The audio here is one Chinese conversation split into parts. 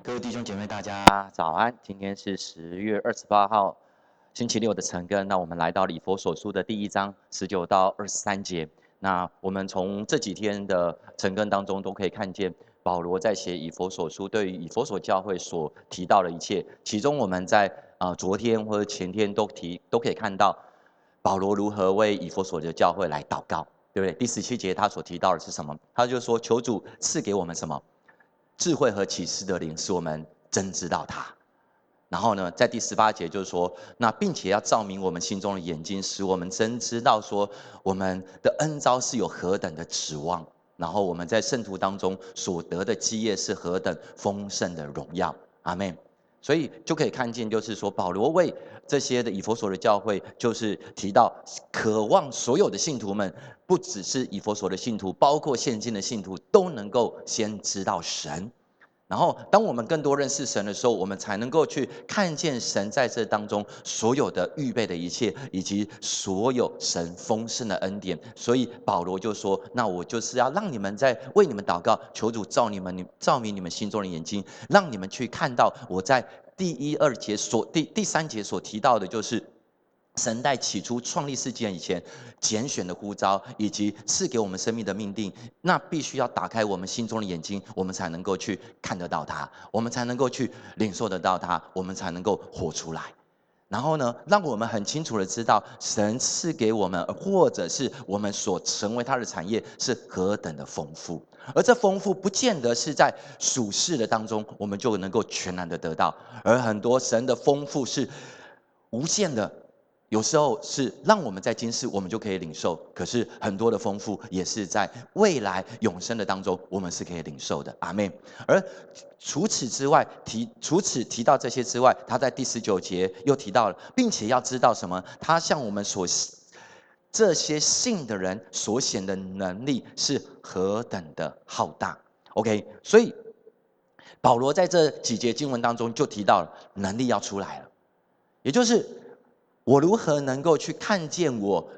各位弟兄姐妹，大家早安！今天是10月28号，星期六的晨更。那我们来到以弗所书的第1章19到23节。那我们从这几天的晨更当中，都可以看见保罗在写以弗所书对于以弗所教会所提到的一切。其中我们在昨天或者前天都可以看到保罗如何为以弗所的教会来祷告，对不对？第17节他所提到的是什么？他就说求主赐给我们什么？智慧和启示的灵，使我们真知道他。然后呢，在第18节就是说，那并且要照明我们心中的眼睛，使我们真知道说我们的恩召是有何等的指望，然后我们在圣徒当中所得的基业是何等丰盛的荣耀。阿们。所以就可以看见，就是说保罗为这些的以弗所的教会，就是提到渴望所有的信徒们，不只是以弗所的信徒，包括现今的信徒，都能够先知道神。然后当我们更多认识神的时候，我们才能够去看见神在这当中所有的预备的一切，以及所有神丰盛的恩典。所以保罗就说，那我就是要让你们在为你们祷告，求主照明你们心中的眼睛，让你们去看到我在第1、2节第3节所提到的，就是神在起初创立世界以前拣选的呼召，以及赐给我们生命的命定，那必须要打开我们心中的眼睛，我们才能够去看得到它，我们才能够去领受得到它，我们才能够活出来。然后呢，让我们很清楚的知道神赐给我们，或者是我们所成为他的产业是何等的丰富。而这丰富不见得是在属世的当中我们就能够全然的得到，而很多神的丰富是无限的，有时候是让我们在今世我们就可以领受，可是很多的丰富也是在未来永生的当中我们是可以领受的。阿们。而除此提到这些之外，他在第19节又提到了，并且要知道什么？他向我们这些信的人所显的能力是何等的浩大。OK， 所以保罗在这几节经文当中就提到了能力要出来了，也就是我如何能够去看见我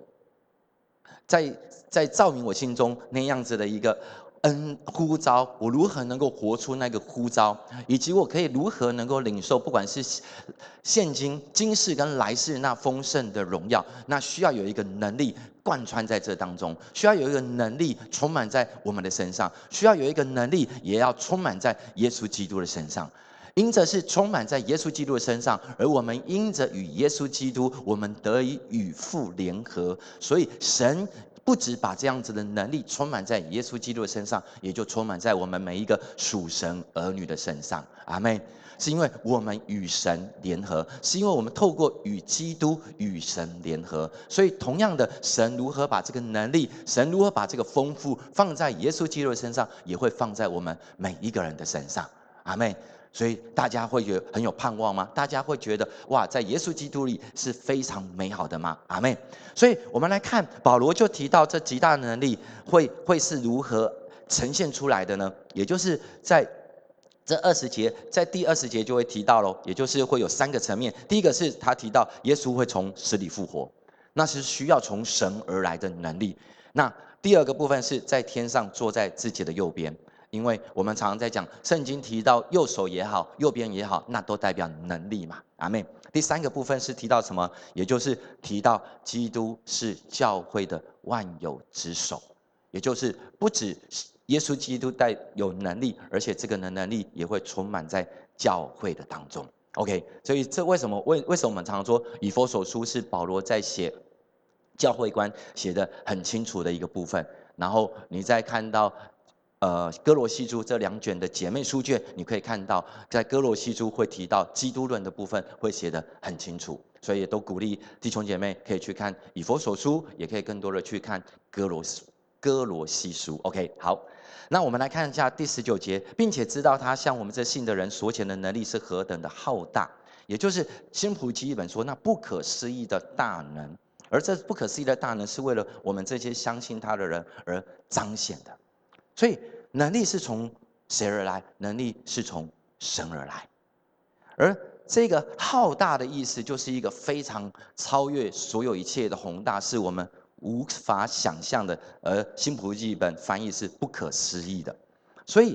在照明我心中那样子的一个呼召，我如何能够活出那个呼召，以及我可以如何能够领受不管是现今世跟来世那丰盛的荣耀，那需要有一个能力贯穿在这当中，需要有一个能力充满在我们的身上，需要有一个能力也要充满在耶稣基督的身上。因着是充满在耶稣基督的身上，而我们因着与耶稣基督，我们得以与父联合，所以神不只把这样子的能力充满在耶稣基督的身上，也就充满在我们每一个属神儿女的身上。阿们。是因为我们与神联合，是因为我们透过与基督与神联合，所以同样的，神如何把这个能力，神如何把这个丰富放在耶稣基督的身上，也会放在我们每一个人的身上。阿们。所以大家会觉得很有盼望吗？大家会觉得哇，在耶稣基督里是非常美好的吗？阿们。所以我们来看保罗就提到这极大的能力会是如何呈现出来的呢？也就是在这20节，在第20节就会提到咯，也就是会有3个层面。第一个是他提到耶稣会从死里复活，那是需要从神而来的能力。那第二个部分是在天上坐在自己的右边。因为我们常常在讲圣经提到右手也好，右边也好，那都代表能力嘛。阿们。第3个部分是提到什么？也就是提到基督是教会的万有之首，也就是不止耶稣基督有能力，而且这个能力也会充满在教会的当中。OK， 所以这为什么我们常常说以弗所书是保罗在写教会观写得很清楚的一个部分，然后你再看到哥罗西书这2卷的姐妹书卷，你可以看到在哥罗西书会提到基督论的部分会写得很清楚，所以也都鼓励弟兄姐妹可以去看以弗所书，也可以更多的去看哥罗西书。 OK， 好，那我们来看一下第19节，并且知道他向我们这信的人所显的能力是何等的浩大，也就是新普基本说那不可思议的大能，而这不可思议的大能是为了我们这些相信他的人而彰显的。所以能力是从谁而来？能力是从神而来。而这个浩大的意思，就是一个非常超越所有一切的宏大，是我们无法想象的。而新普济本翻译是不可思议的。所以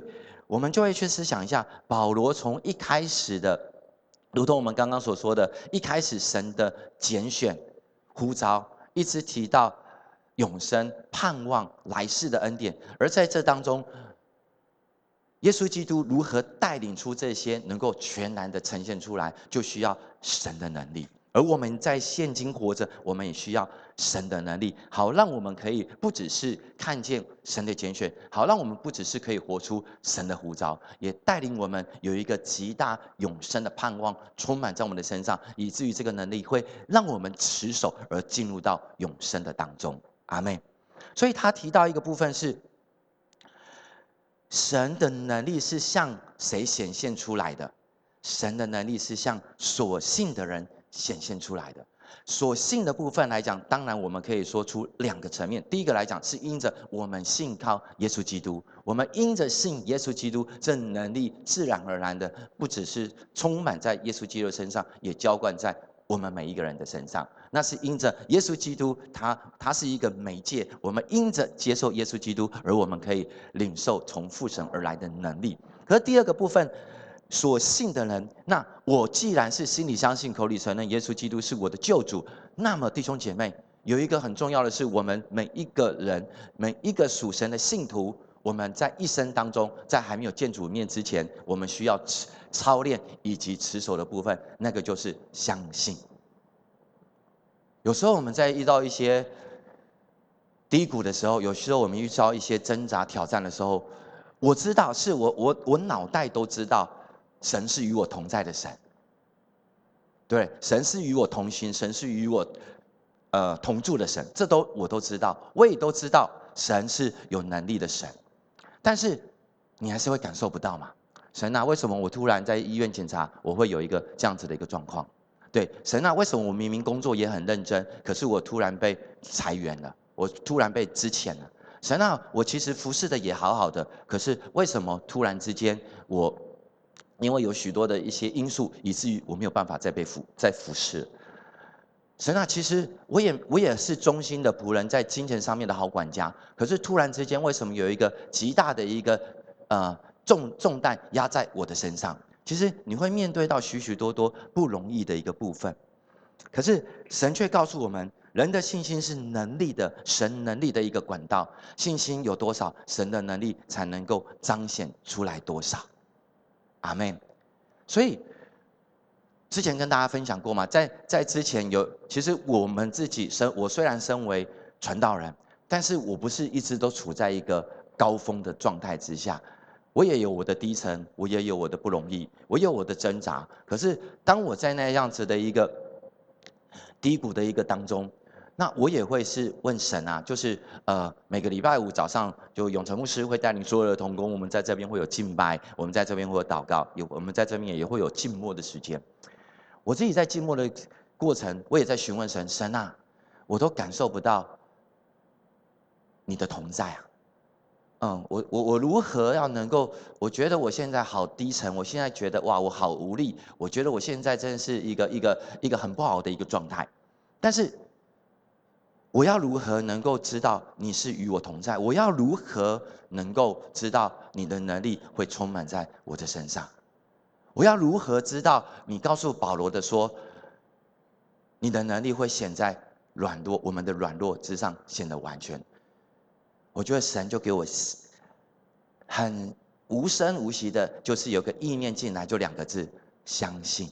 我们就会去思想一下，保罗从一开始的，如同我们刚刚所说的，一开始神的拣选、呼召，一直提到永生、盼望、来世的恩典，而在这当中，耶稣基督如何带领出这些能够全然的呈现出来，就需要神的能力。而我们在现今活着，我们也需要神的能力，好让我们可以不只是看见神的拣选，好让我们不只是可以活出神的呼召，也带领我们有一个极大永生的盼望充满在我们的身上，以至于这个能力会让我们持守而进入到永生的当中。阿们。所以他提到一个部分是，神的能力是向谁显现出来的？神的能力是向所信的人显现出来的。所信的部分来讲，当然我们可以说出两个层面。第一个来讲是因着我们信靠耶稣基督，我们因着信耶稣基督，这能力自然而然的不只是充满在耶稣基督身上，也浇灌在我们每一个人的身上。那是因着耶稣基督，他是一个媒介，我们因着接受耶稣基督，而我们可以领受从父神而来的能力。可是第二个部分，所信的人，那我既然是心里相信，口里承认耶稣基督是我的救主，那么弟兄姐妹，有一个很重要的是，我们每一个人，每一个属神的信徒，我们在一生当中，在还没有见主面之前，我们需要操练以及持守的部分，那个就是相信。有时候我们在遇到一些低谷的时候，有时候我们遇到一些挣扎挑战的时候，我知道是我脑袋都知道，神是与我同在的神，对，神是与我同行，神是与我同住的神，这我都知道，我也都知道神是有能力的神，但是你还是会感受不到嘛？神啊，为什么我突然在医院检查，我会有一个这样子的一个状况？对，神啊，为什么我明明工作也很认真，可是我突然被裁员了，我突然被资遣了？神啊，我其实服侍的也好好的，可是为什么突然之间我因为有许多的一些因素，以至于我没有办法再服侍？神啊，其实我也是忠心的仆人，在金钱上面的好管家，可是突然之间，为什么有一个极大的一个重担压在我的身上？其实你会面对到许许多多不容易的一个部分，可是神却告诉我们，人的信心是能力的，神能力的一个管道。信心有多少，神的能力才能够彰显出来多少。阿们。所以之前跟大家分享过嘛，在之前其实我们自己我虽然身为传道人，但是我不是一直都处在一个高峰的状态之下。我也有我的低沉，我也有我的不容易，我有我的挣扎。可是当我在那样子的一个低谷的一个当中，那我也会是问神啊，就是每个礼拜五早上，就永成牧师会带领所有的同工，我们在这边会有敬拜，我们在这边会有祷告，我们在这边也会有静默的时间。我自己在静默的过程，我也在询问神，神啊，我都感受不到你的同在啊。我如何要能够？我觉得我现在好低沉，我现在觉得哇，我好无力。我觉得我现在真的是一个很不好的一个状态。但是我要如何能够知道你是与我同在？我要如何能够知道你的能力会充满在我的身上？我要如何知道你告诉保罗的说，你的能力会显在我们的软弱之上显得完全？我觉得神就给我很无声无息的，就是有个意念进来，就2个字：相信。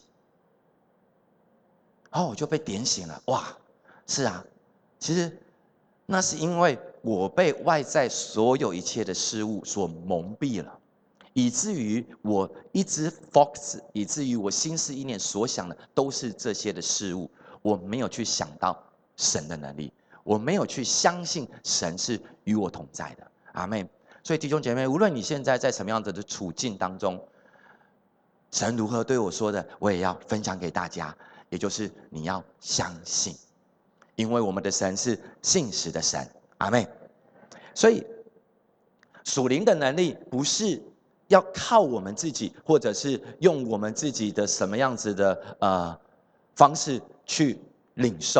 然后我就被点醒了，哇，是啊，其实那是因为我被外在所有一切的事物所蒙蔽了，以至于我一直 focus， 以至于我心思意念所想的都是这些的事物，我没有去想到神的能力。我没有去相信神是与我同在的，阿们。所以弟兄姐妹，无论你现在在什么样子的处境当中，神如何对我说的，我也要分享给大家，也就是你要相信，因为我们的神是信实的神，阿们。所以属灵的能力不是要靠我们自己，或者是用我们自己的什么样子的方式去领受，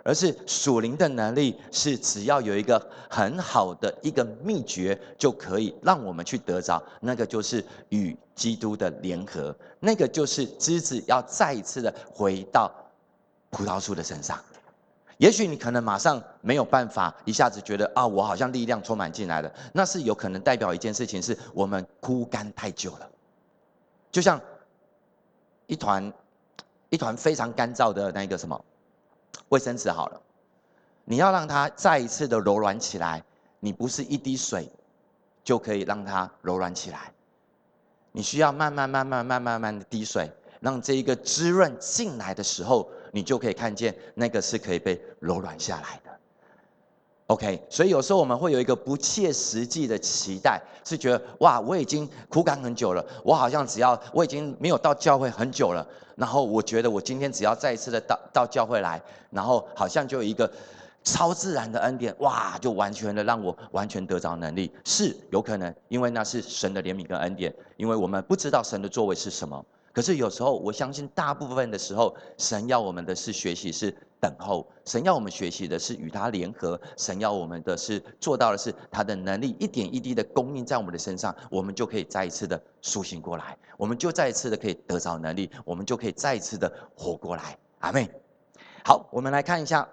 而是属灵的能力是只要有一个很好的一个秘诀，就可以让我们去得着，那个就是与基督的联合，那个就是枝子要再一次的回到葡萄树的身上。也许你可能马上没有办法一下子觉得啊，我好像力量充满进来了，那是有可能代表一件事情，是我们枯干太久了。就像一团非常干燥的那个什么卫生纸好了，你要让它再一次的柔软起来，你不是一滴水就可以让它柔软起来，你需要慢慢的滴水，让这一个滋润进来的时候，你就可以看见那个是可以被柔软下来的。OK， 所以有时候我们会有一个不切实际的期待，是觉得哇，我已经枯干很久了，我好像我已经没有到教会很久了，然后我觉得我今天只要再一次的到教会来，然后好像就有一个超自然的恩典，哇，就完全的让我完全得着能力，是有可能，因为那是神的怜悯跟恩典，因为我们不知道神的作为是什么。可是有时候，我相信大部分的时候，神要我们的是学习，是等候；神要我们学习的是与他联合；神要我们的是做到的是他的能力一点一滴的供应在我们的身上，我们就可以再一次的苏醒过来，我们就再一次的可以得着能力，我们就可以再一次的活过来。阿们。好，我们来看一下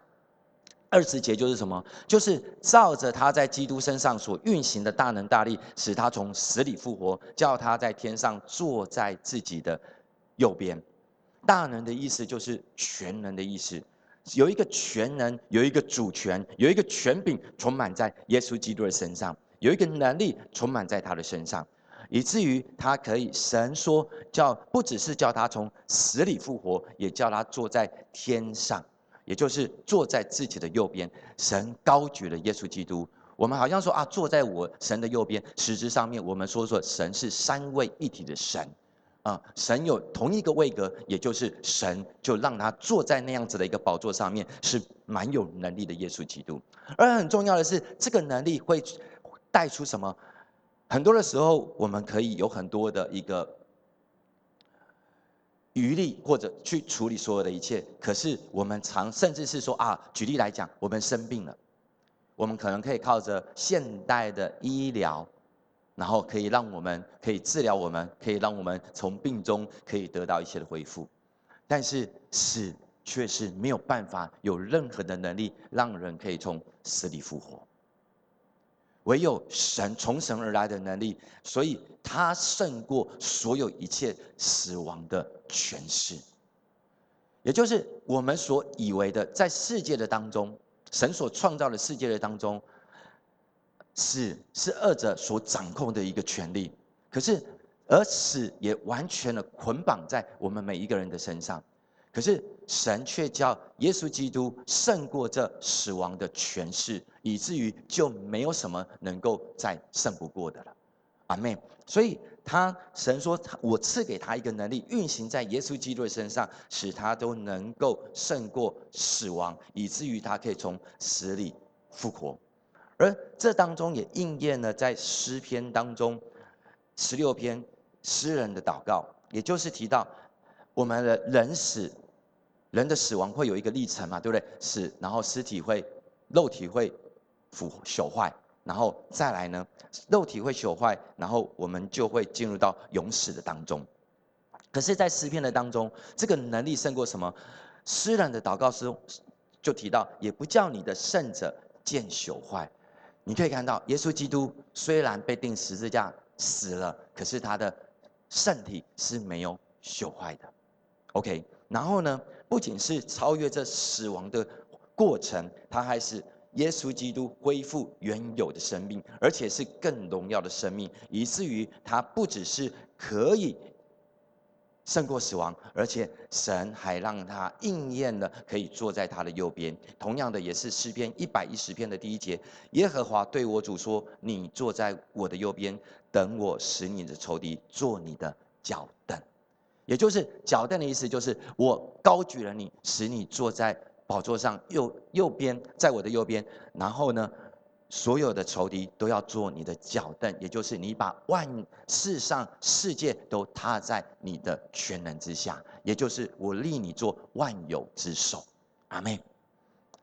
20节就是什么？就是照着他在基督身上所运行的大能大力，使他从死里复活，叫他在天上坐在自己的右边。大能的意思就是全能的意思，有一个全能，有一个主权，有一个权柄充满在耶稣基督的身上，有一个能力充满在他的身上，以至于他可以，神说不只是叫他从死里复活，也叫他坐在天上，也就是坐在自己的右边。神高举了耶稣基督。我们好像说啊，坐在神的右边，实质上面我们说神是三位一体的神。神有同一个位格，也就是神就让他坐在那样子的一个宝座上面，是蛮有能力的耶稣基督。而很重要的是，这个能力会带出什么？很多的时候，我们可以有很多的一个余力，或者去处理所有的一切。可是我们甚至是说啊，举例来讲，我们生病了，我们可能可以靠着现代的医疗，然后可以治疗我们，可以让我们从病中可以得到一些的恢复。但是死却是没有办法有任何的能力让人可以从死里复活。唯有从神而来的能力，所以他胜过所有一切死亡的权势。也就是我们所以为的，在世界的当中，神所创造的世界的当中，死是恶者所掌控的一个权利。可是而死也完全的捆绑在我们每一个人的身上。可是神却叫耶稣基督胜过这死亡的权势，以至于就没有什么能够再胜不过的了。阿们。所以神说，我赐给他一个能力，运行在耶稣基督的身上，使他都能够胜过死亡，以至于他可以从死里复活。而这当中也应验了在诗篇当中16篇诗人的祷告，也就是提到我们的人的死亡会有一个历程嘛，对不对？死，然后肉体会朽坏，然后再来呢，肉体会朽坏，然后我们就会进入到永死的当中。可是，在诗篇的当中，这个能力胜过什么？诗人的祷告诗就提到，也不叫你的圣者见朽坏。你可以看到，耶稣基督虽然被钉十字架死了，可是他的圣体是没有朽坏的。OK， 然后呢，不仅是超越这死亡的过程，他还是耶稣基督恢复原有的生命，而且是更荣耀的生命，以至于他不只是可以胜过死亡，而且神还让他应验了，可以坐在他的右边。同样的，也是诗篇110篇的第1节：耶和华对我主说：“你坐在我的右边，等我使你的仇敌做你的脚凳。”也就是脚凳的意思，就是我高举了你，使你坐在宝座上右边，在我的右边。然后呢，所有的仇敌都要做你的脚凳，也就是你把世上世界都踏在你的全能之下，也就是我立你做万有之首。阿们。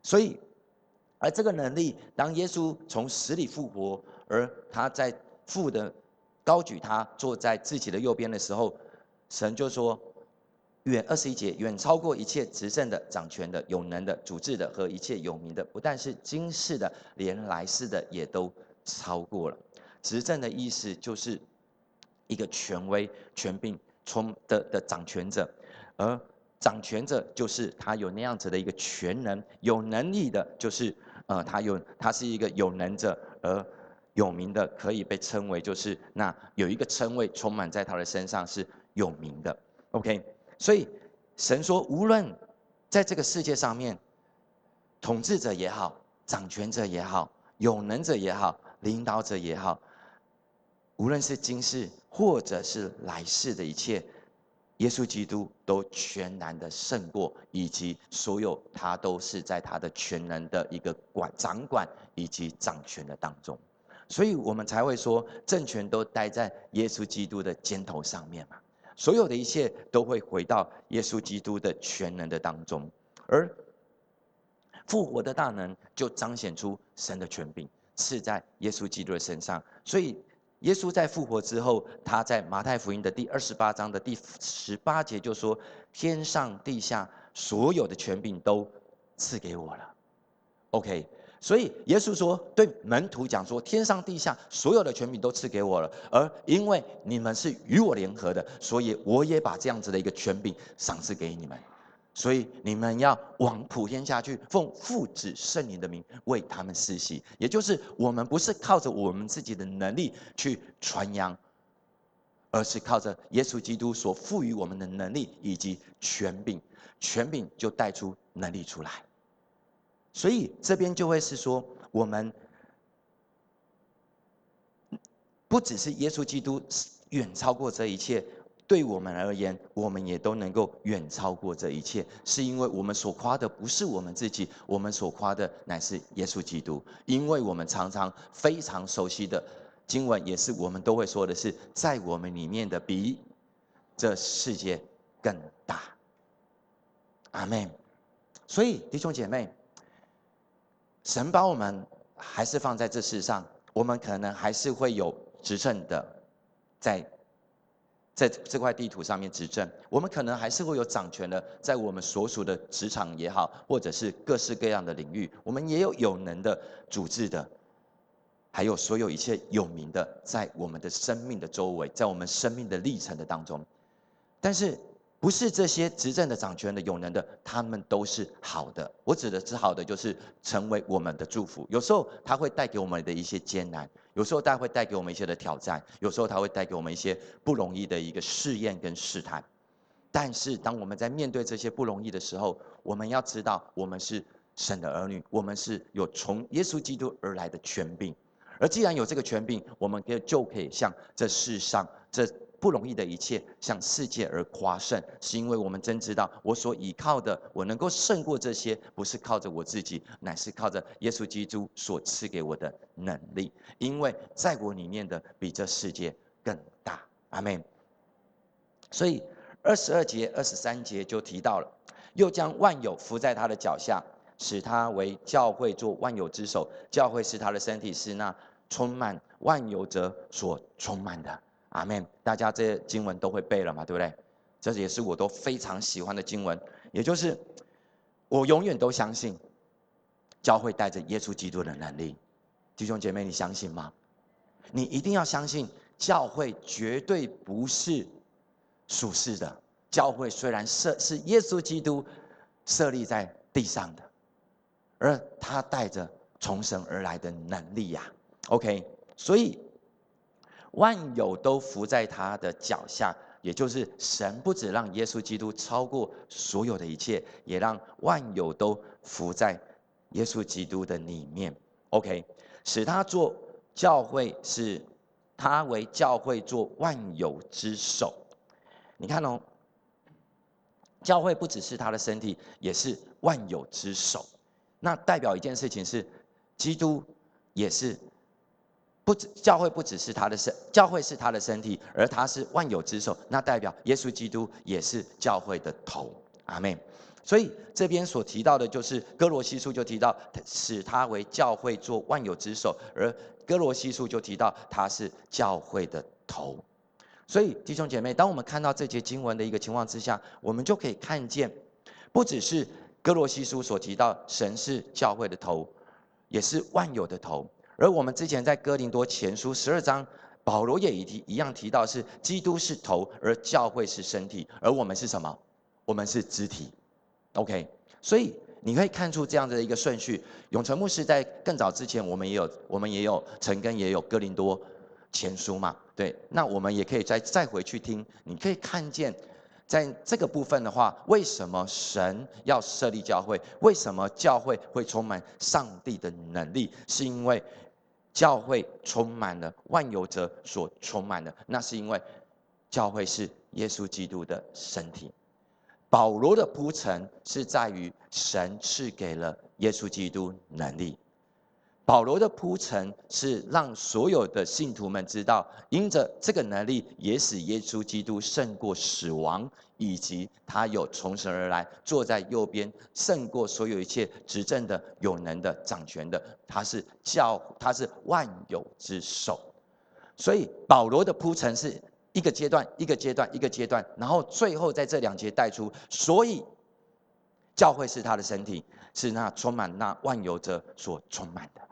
所以，而这个能力，当耶稣从死里复活，而他在父的高举他坐在自己的右边的时候，神就说，21节远超过一切执政的、掌权的、有能的、主治的和一切有名的，不但是今世的，连来世的也都超过了。执政的意思就是一个权威、权柄的掌权者，而掌权者就是他有那样子的一个全能，有能力的，就是他是一个有能者，而有名的可以被称为就是那有一个称谓充满在他的身上是有名的。OK， 所以神说，无论在这个世界上面，统治者也好，掌权者也好，有能者也好，领导者也好，无论是今世或者是来世的一切，耶稣基督都全然的胜过，以及所有他都是在他的全能的一个掌管以及掌权的当中，所以我们才会说政权都待在耶稣基督的肩头上面嘛，所有的一切都会回到耶稣基督的全能的当中，而复活的大能就彰显出神的权柄赐在耶稣基督的身上，所以耶稣在复活之后，他在马太福音的第28章的第18节就说：“天上地下所有的权柄都赐给我了。” OK， 所以耶稣说对门徒讲说：“天上地下所有的权柄都赐给我了，而因为你们是与我联合的，所以我也把这样子的一个权柄赏赐给你们。所以你们要往普天下去，奉父子圣灵的名为他们施洗。也就是我们不是靠着我们自己的能力去传扬，而是靠着耶稣基督所赋予我们的能力以及权柄，权柄就带出能力出来。所以这边就会是说，我们不只是耶稣基督远超过这一切。对我们而言，我们也都能够远超过这一切，是因为我们所夸的不是我们自己，我们所夸的乃是耶稣基督。因为我们常常非常熟悉的经文，也是我们都会说的是，在我们里面的比这世界更大。阿们。所以弟兄姐妹，神把我们还是放在这世上，我们可能还是会有执政的在这块地图上面执政，我们可能还是会有掌权的，在我们所属的职场也好，或者是各式各样的领域，我们也有有能的主治的，还有所有一切有名的，在我们的生命的周围，在我们生命的历程的当中。但是不是这些执政的、掌权的、有能的，他们都是好的。我指的是好的，就是成为我们的祝福。有时候他会带给我们的一些艰难，有时候他会带给我们一些的挑战，有时候他会带给我们一些不容易的一个试验跟试探。但是当我们在面对这些不容易的时候，我们要知道，我们是神的儿女，我们是有从耶稣基督而来的权柄。而既然有这个权柄，我们就可以向这世上这不容易的一切，向世界而夸胜，是因为我们真知道，我所依靠的，我能够胜过这些，不是靠着我自己，乃是靠着耶稣基督所赐给我的能力。因为在我里面的比这世界更大。阿们。所以22节、23节就提到了，又将万有伏在他的脚下，使他为教会做万有之首。教会是他的身体，是那充满万有者所充满的。阿们。大家这些经文都会背了嘛，对不对？这也是我都非常喜欢的经文，也就是我永远都相信，教会带着耶稣基督的能力。弟兄姐妹，你相信吗？你一定要相信，教会绝对不是属世的。教会虽然是耶稣基督设立在地上的，而他带着从神而来的能力呀。OK， 所以万有都伏在他的脚下，也就是神不只让耶稣基督超过所有的一切，也让万有都伏在耶稣基督的里面。OK， 使他做教会，是他为教会做万有之首。你看哦，教会不只是他的身体，也是万有之首。那代表一件事情是，基督也是。教会不只是教会是他的身体，而他是万有之首，那代表耶稣基督也是教会的头。阿们。 所以这边所提到的就是哥罗西书就提到使他为教会做万有之首，而哥罗西书就提到他是教会的头。所以弟兄姐妹，当我们看到这节经文的一个情况之下，我们就可以看见，不只是哥罗西书所提到神是教会的头，也是万有的头。而我们之前在哥林多前书12章，保罗也一样提到是基督是头，而教会是身体，而我们是什么？我们是肢体。OK， 所以你可以看出这样的一个顺序。永成牧师在更早之前，我们也有陈根，也有哥林多前书嘛，对。那我们也可以再回去听，你可以看见，在这个部分的话，为什么神要设立教会？为什么教会会充满上帝的能力？是因为教会充满了万有者所充满的，那是因为教会是耶稣基督的身体。保罗的铺陈是在于神赐给了耶稣基督能力。保罗的铺陈是让所有的信徒们知道，因着这个能力，也使耶稣基督胜过死亡，以及他有从神而来，坐在右边，胜过所有一切执政的、有能的、掌权的。他是万有之首。所以保罗的铺陈是一个阶段一个阶段一个阶段，然后最后在这2节带出，所以教会是他的身体，是那充满那万有者所充满的。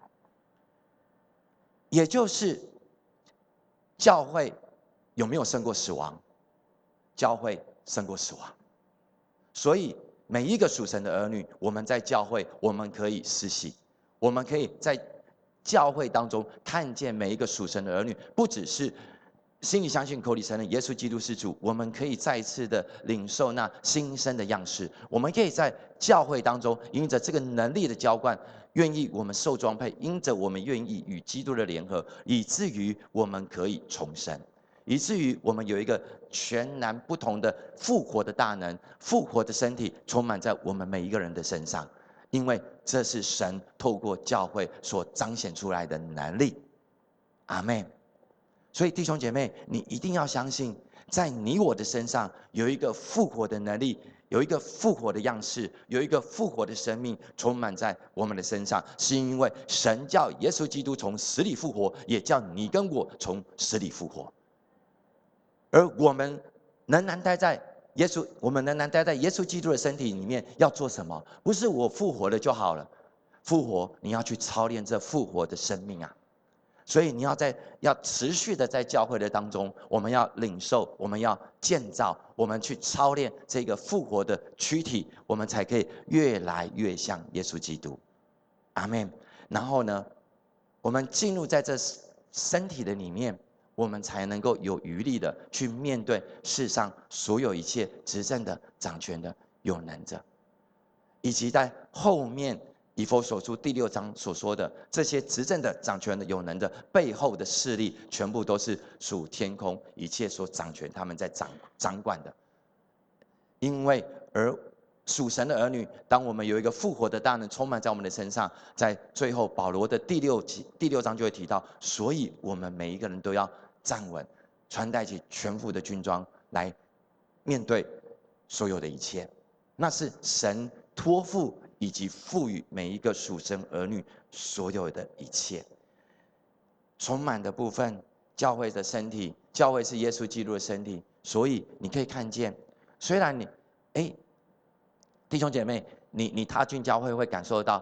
也就是教会有没有胜过死亡？教会胜过死亡。所以每一个属神的儿女，我们在教会，我们可以实习，我们可以在教会当中看见每一个属神的儿女，不只是心里相信，口里承认耶稣基督是主，我们可以再一次的领受那新生的样式。我们可以在教会当中，因着这个能力的浇灌，愿意我们受装配，因着我们愿意与基督的联合，以至于我们可以重生，以至于我们有一个全然不同的复活的大能、复活的身体，充满在我们每一个人的身上。因为这是神透过教会所彰显出来的能力。阿们。所以弟兄姐妹，你一定要相信，在你我的身上有一个复活的能力，有一个复活的样式，有一个复活的生命充满在我们的身上，是因为神叫耶稣基督从死里复活，也叫你跟我从死里复活。而我们仍然待在耶稣基督的身体里面，要做什么？不是我复活了就好了，复活你要去操练这复活的生命啊！所以你要持续的在教会的当中，我们要领受，我们要建造，我们去操练这个复活的躯体，我们才可以越来越像耶稣基督。阿们。然后呢，我们进入在这身体的里面，我们才能够有余力的去面对世上所有一切执政的、掌权的、有能者，以及在后面以弗所书第6章所说的这些执政的、掌权的、有能的背后的势力，全部都是属天空一切所掌权，他们在掌管的。因为属神的儿女，当我们有一个复活的大能充满在我们的身上，在最后保罗的第6章就会提到，所以我们每一个人都要站稳，穿戴起全副的军装来面对所有的一切。那是神托付以及赋予每一个属神儿女所有的一切。充满的部分，教会的身体，教会是耶稣基督的身体，所以你可以看见，虽然弟兄姐妹，你踏进教会会感受到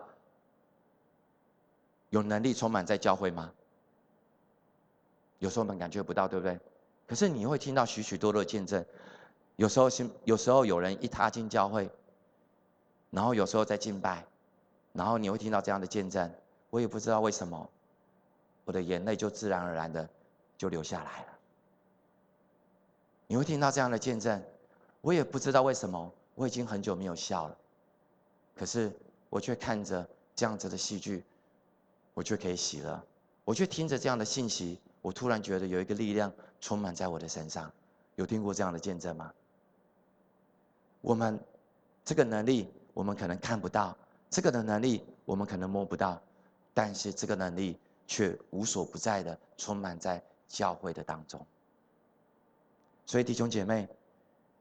有能力充满在教会吗？有时候我们感觉不到，对不对？可是你会听到许许多多的见证。有时候有人一踏进教会，然后有时候在敬拜，然后你会听到这样的见证，我也不知道为什么，我的眼泪就自然而然的就流下来了。你会听到这样的见证，我也不知道为什么，我已经很久没有笑了，可是我却看着这样子的戏剧，我却可以喜乐，我却听着这样的信息，我突然觉得有一个力量充满在我的身上。有听过这样的见证吗？我们这个能力我们可能看不到，这个的能力我们可能摸不到，但是这个能力却无所不在的充满在教会的当中。所以弟兄姐妹，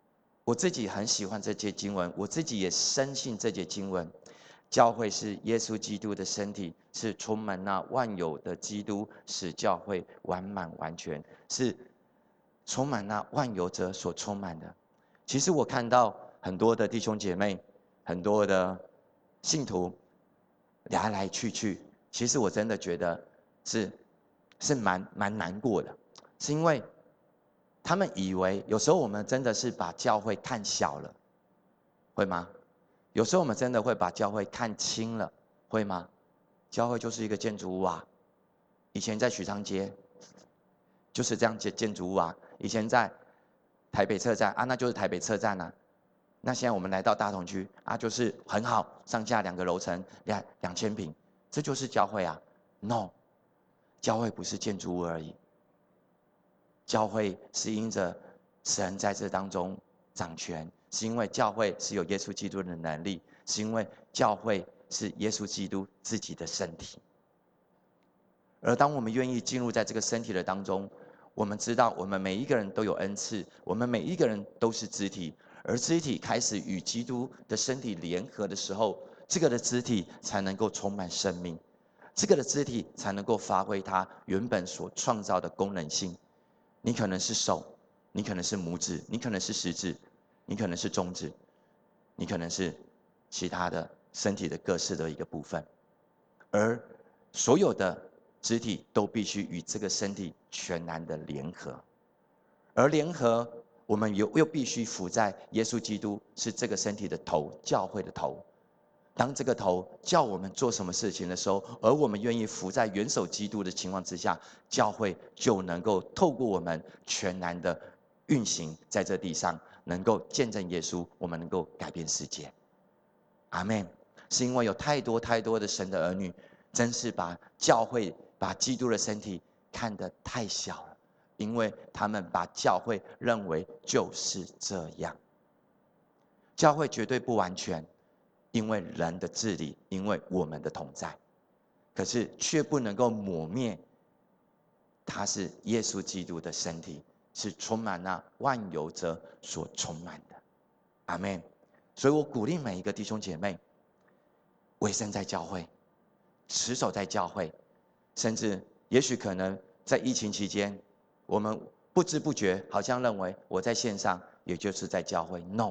我自己很喜欢这节经文，我自己也深信这节经文。教会是耶稣基督的身体，是充满那万有的基督，使教会完满完全，是充满那万有者所充满的。其实我看到很多的弟兄姐妹，很多的信徒来来去去，其实我真的觉得是蛮难过的，是因为他们以为有时候我们真的是把教会看小了，会吗？有时候我们真的会把教会看轻了，会吗？教会就是一个建筑物啊，以前在许昌街就是这样建筑物啊，以前在台北车站啊，那就是台北车站啊。那现在我们来到大同区啊，就是很好，上下2个楼层，2000平，这就是教会啊 ？No， 教会不是建筑物而已，教会是因着神在这当中掌权，是因为教会是有耶稣基督的能力，是因为教会是耶稣基督自己的身体。而当我们愿意进入在这个身体的当中，我们知道我们每一个人都有恩赐，我们每一个人都是肢体，而肢体开始与基督的身体联合的时候，这个的肢体才能够充满生命，这个的肢体才能够发挥它原本所创造的功能性。你可能是手，你可能是拇指，你可能是食指，你可能是中指，你可能是其他的身体的各式的一个部分，而所有的肢体都必须与这个身体全然的联合，而联合我们又必须服在耶稣基督是这个身体的头，教会的头。当这个头叫我们做什么事情的时候，而我们愿意服在元首基督的情况之下，教会就能够透过我们全然的运行在这地上，能够见证耶稣，我们能够改变世界。阿们。是因为有太多太多的神的儿女，真是把教会、把基督的身体看得太小了，因为他们把教会认为就是这样。教会绝对不完全，因为人的治理，因为我们的同在，可是却不能够抹灭，它是耶稣基督的身体，是充满那万有者所充满的。阿们。所以我鼓励每一个弟兄姐妹，委身在教会，持守在教会，甚至也许可能在疫情期间，我们不知不觉好像认为我在线上也就是在教会。No，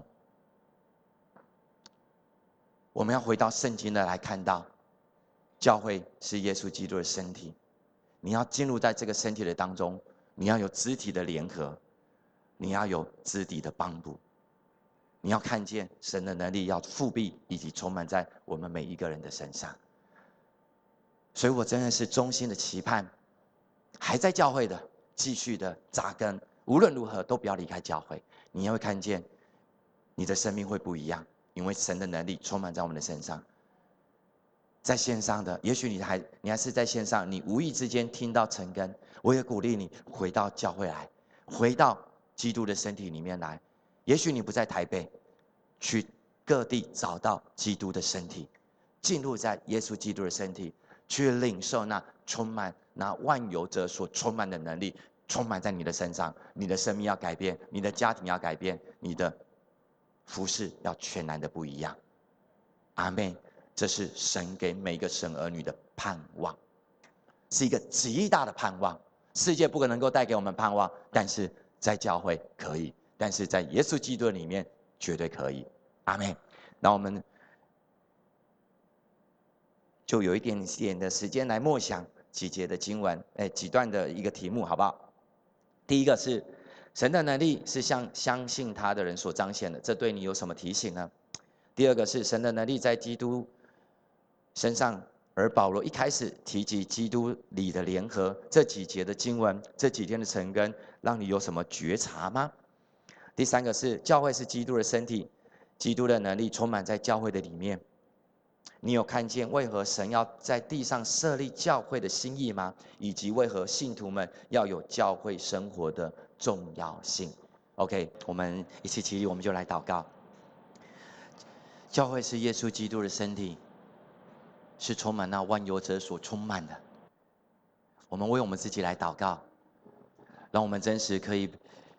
我们要回到圣经的来看到，教会是耶稣基督的身体，你要进入在这个身体的当中，你要有肢体的联合，你要有肢体的帮助，你要看见神的能力要复辟以及充满在我们每一个人的身上。所以我真的是衷心的期盼，还在教会的继续的扎根，无论如何都不要离开教会。你也会看见你的生命会不一样，因为神的能力充满在我们的身上。在线上的，也许你还是在线上，你无意之间听到晨更，我也鼓励你回到教会来，回到基督的身体里面来。也许你不在台北，去各地找到基督的身体，进入在耶稣基督的身体，去领受那充满那万有者所充满的能力，充满在你的身上。你的生命要改变，你的家庭要改变，你的服事要全然的不一样。阿们。这是神给每个神儿女的盼望，是一个极大的盼望。世界不可能够带给我们盼望，但是在教会可以，但是在耶稣基督里面绝对可以。阿们。那我们就有一点点的时间来默想几节的经文，几段的一个题目，好不好？第一个是神的能力是向相信他的人所彰显的，这对你有什么提醒呢？第二个是神的能力在基督身上，而保罗一开始提及基督里的联合，这几节的经文，这几天的晨更，让你有什么觉察吗？第三个是教会是基督的身体，基督的能力充满在教会的里面。你有看见为何神要在地上设立教会的心意吗？以及为何信徒们要有教会生活的重要性 ？OK， 我们一起起立，我们就来祷告。教会是耶稣基督的身体，是充满那万有者所充满的。我们为我们自己来祷告，让我们真实可以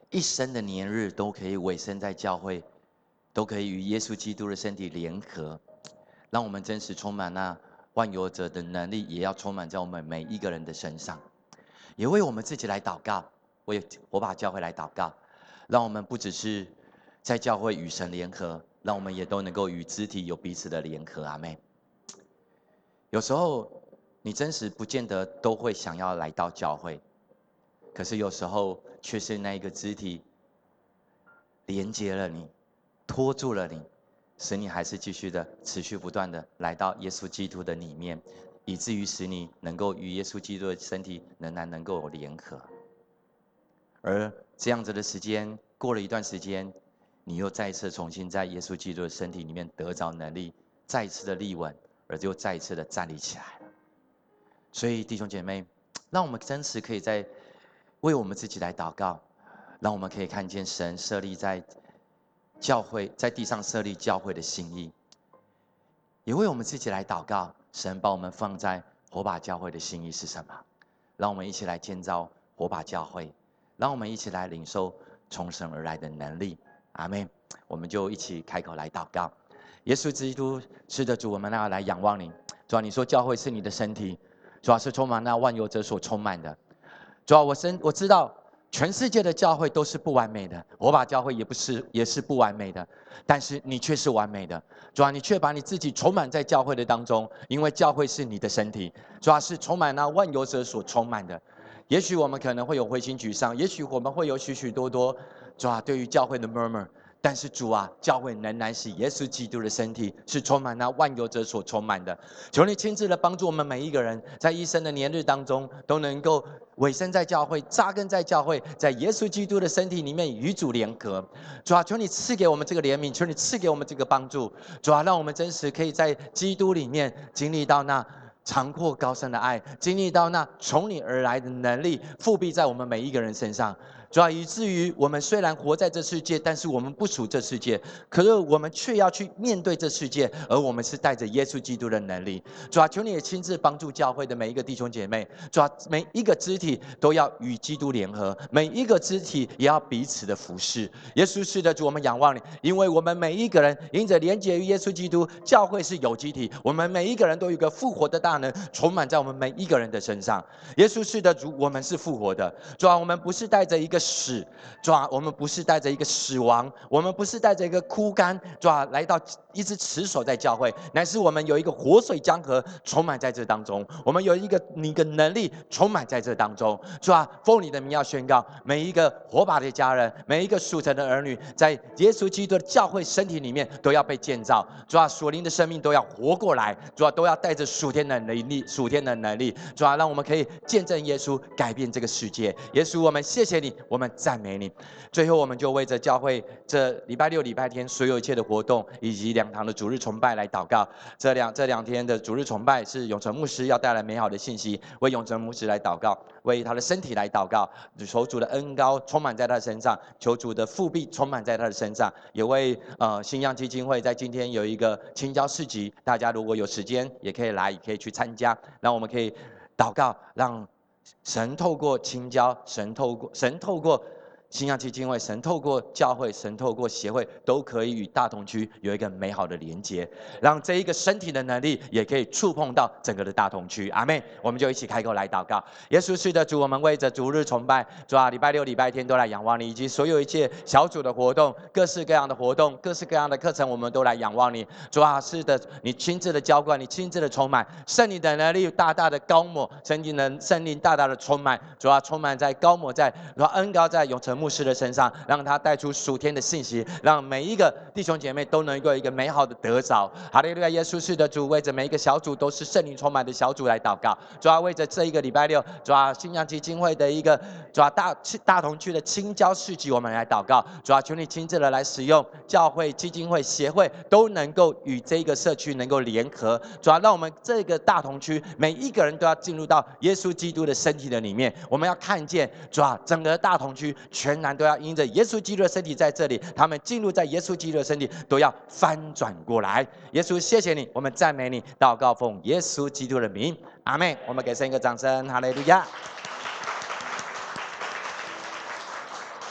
一生的年日都可以委身在教会，都可以与耶稣基督的身体联合，让我们真实充满那万有者的能力，也要充满在我们每一个人的身上。也为我们自己来祷告，为火把教会来祷告，让我们不只是在教会与神联合，让我们也都能够与肢体有彼此的联合。阿们。有时候你真实不见得都会想要来到教会，可是有时候却是那一个肢体连接了你，拖住了你，使你还是继续的持续不断的来到耶稣基督的里面，以至于使你能够与耶稣基督的身体仍然能够联合。而这样子的时间过了一段时间，你又再一次重新在耶稣基督的身体里面得着能力，再一次的立稳，而又再一次的站立起来。所以弟兄姐妹，让我们真实可以在为我们自己来祷告，让我们可以看见神设立在教会，在地上设立教会的心意，也为我们自己来祷告，神把我们放在火把教会的心意是什么？让我们一起来建造火把教会，让我们一起来领受从神而来的能力。阿们。我们就一起开口来祷告。耶稣基督，是的主，我们要来仰望你。主啊，你说教会是你的身体，主啊，是充满那万有者所充满的。主啊，我知道全世界的教会都是不完美的，火把教会也是不完美的，但是你却是完美的。主啊，你却把你自己充满在教会的当中，因为教会是你的身体，主啊，是充满那万有者所充满的。也许我们可能会有灰心沮丧，也许我们会有许许多多，主啊，对于教会的 murmur。但是主啊，教会仍然是耶稣基督的身体，是充满那万有者所充满的。求你亲自的帮助我们每一个人，在一生的年日当中，都能够委身在教会，扎根在教会，在耶稣基督的身体里面与主联合。主啊，求你赐给我们这个怜悯，求你赐给我们这个帮助。主啊，让我们真实可以在基督里面经历到那长阔高深的爱，经历到那从你而来的能力，复辟在我们每一个人身上。主啊，以至于我们虽然活在这世界，但是我们不属这世界，可是我们却要去面对这世界，而我们是带着耶稣基督的能力。主啊，求你也亲自帮助教会的每一个弟兄姐妹。主啊，每一个肢体都要与基督联合，每一个肢体也要彼此的服侍。耶稣是的主，我们仰望你，因为我们每一个人因着连结于耶稣基督，教会是有机体，我们每一个人都有一个复活的大能充满在我们每一个人的身上。耶稣是的主，我们是复活的。主啊，我们不是带着一个死，主啊，我们不是带着一个死亡，我们不是带着一个枯干，主啊，来到一直持守在教会，乃是我们有一个活水江河充满在这当中，我们有一个你的能力充满在这当中。主啊，奉你的名要宣告，每一个火把的家人，每一个属神的儿女，在耶稣基督的教会身体里面都要被建造。主啊，属灵的生命都要活过来，主啊，都要带着属天的能力，属天的能力。主啊，让我们可以见证耶稣，改变这个世界。耶稣，我们谢谢你，我们赞美你。最后，我们就为着教会这礼拜六、礼拜天所有一切的活动，以及两堂的主日崇拜来祷告。这两天的主日崇拜是永成牧师要带来美好的信息，为永成牧师来祷告，为他的身体来祷告，求主的恩膏充满在他身上，求主的复辟充满在他的身上。也为新样基金会在今天有一个青椒市集，大家如果有时间也可以来，也可以去参加，让我们可以祷告，让神透过青椒，神透过新样基金会，神透过教会，神透过协会，都可以与大同区有一个美好的连结，让这一个身体的能力也可以触碰到整个的大同区。阿们。我们就一起开口来祷告。耶稣是的主，我们为着主日崇拜，主啊，礼拜六、礼拜天都来仰望你，以及所有一切小组的活动，各式各样的活动，各式各样的课程，我们都来仰望你。主啊，是的，你亲自的浇灌，你亲自的充满，圣灵的能力大大的高抹，圣灵大大的充满。主啊，充满在高抹在，恩膏在永成牧师的身上，让他带出属天的信息，让每一个弟兄姐妹都能够有一个美好的得着。哈利路亚！耶稣是的主，为着每一个小组都是圣灵充满的小组来祷告。主啊，为着这一个礼拜六，主啊，新样基金会的一个主啊大同区的青椒市集，我们来祷告。主啊，求你亲自的来使用教会、基金会、协会都能够与这个社区能够联合。主啊，让我们这个大同区每一个人都要进入到耶稣基督的身体的里面。我们要看见主啊，整个大同区全然都要因着耶稣基督的身体在这里，他们进入在耶稣基督的身体都要翻转过来。耶稣，谢谢你，我们赞美你，祷告奉耶稣基督的名，阿们。我们给神一个掌声，哈利路亚。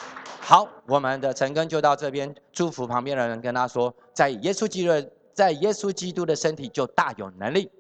好，我们的陈根就到这边，祝福旁边的人，跟他说，在耶稣基督的身体就大有能力。